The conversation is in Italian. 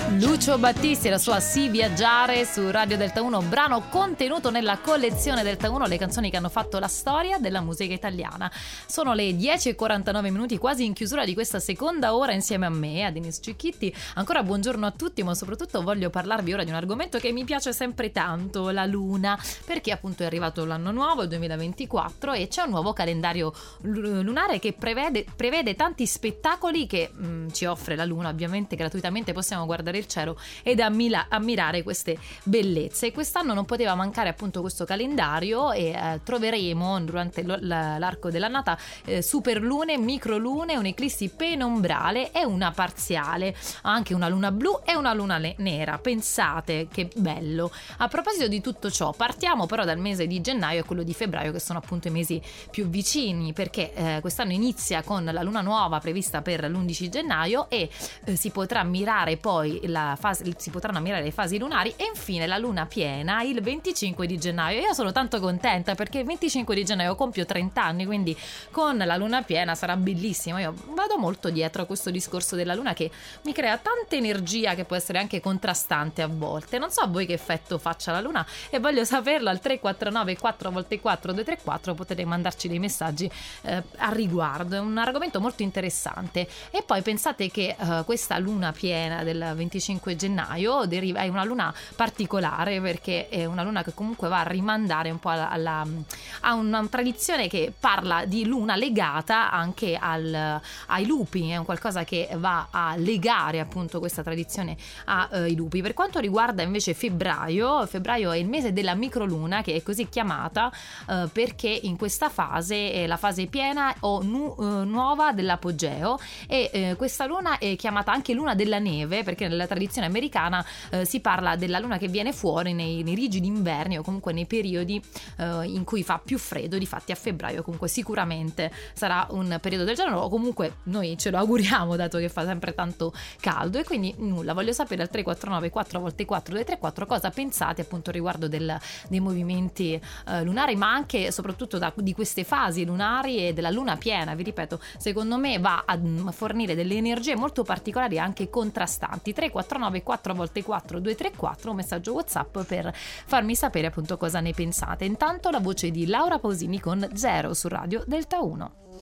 Lucio Battisti e la sua Sì Viaggiare su Radio Delta 1, brano contenuto nella collezione Delta 1, le canzoni che hanno fatto la storia della musica italiana. Sono le 10:49 minuti, quasi in chiusura di questa seconda ora insieme a me, a Denise Cicchitti. Ancora buongiorno a tutti, ma soprattutto voglio parlarvi ora di un argomento che mi piace sempre tanto, la Luna, perché appunto è arrivato l'anno nuovo, il 2024, e c'è un nuovo calendario lunare che prevede tanti spettacoli che ci offre la Luna. Ovviamente gratuitamente possiamo guardare il cielo ed ammirare queste bellezze. E quest'anno non poteva mancare appunto questo calendario e troveremo durante l'arco dell'annata superlune, microlune, un'eclissi penombrale e una parziale, anche una luna blu e una luna nera. Pensate che bello. A proposito di tutto ciò, partiamo però dal mese di gennaio e quello di febbraio, che sono appunto i mesi più vicini, perché quest'anno inizia con la luna nuova prevista per l'11 gennaio e si potrà ammirare poi si potranno ammirare le fasi lunari, e infine la luna piena il 25 di gennaio. Io sono tanto contenta perché il 25 di gennaio compio 30 anni, quindi con la luna piena sarà bellissimo. Io vado molto dietro a questo discorso della luna che mi crea tanta energia che può essere anche contrastante a volte. Non so a voi che effetto faccia la luna e voglio saperlo al 349 4x4 234. Potete mandarci dei messaggi a riguardo, è un argomento molto interessante. E poi pensate che questa luna piena del 25 gennaio è una luna particolare, perché è una luna che comunque va a rimandare un po' a una tradizione che parla di luna legata anche ai lupi. È un qualcosa che va a legare appunto questa tradizione ai lupi. Per quanto riguarda invece febbraio è il mese della microluna, che è così chiamata perché in questa fase è la fase piena o nuova dell'apogeo, e questa luna è chiamata anche luna della neve, perché nella tradizione americana si parla della luna che viene fuori nei rigidi inverni o comunque nei periodi in cui fa più freddo. Difatti a febbraio comunque sicuramente sarà un periodo del genere, o comunque noi ce lo auguriamo, dato che fa sempre tanto caldo. E quindi nulla, voglio sapere al 349 4x4 234 cosa pensate appunto riguardo dei movimenti lunari, ma anche e soprattutto di queste fasi lunari e della luna piena. Vi ripeto, secondo me va a fornire delle energie molto particolari e anche contrastanti. 349 4x4 234, un messaggio WhatsApp per farmi sapere appunto cosa ne pensate. Intanto la voce di Laura Pausini con Zero su Radio Delta 1.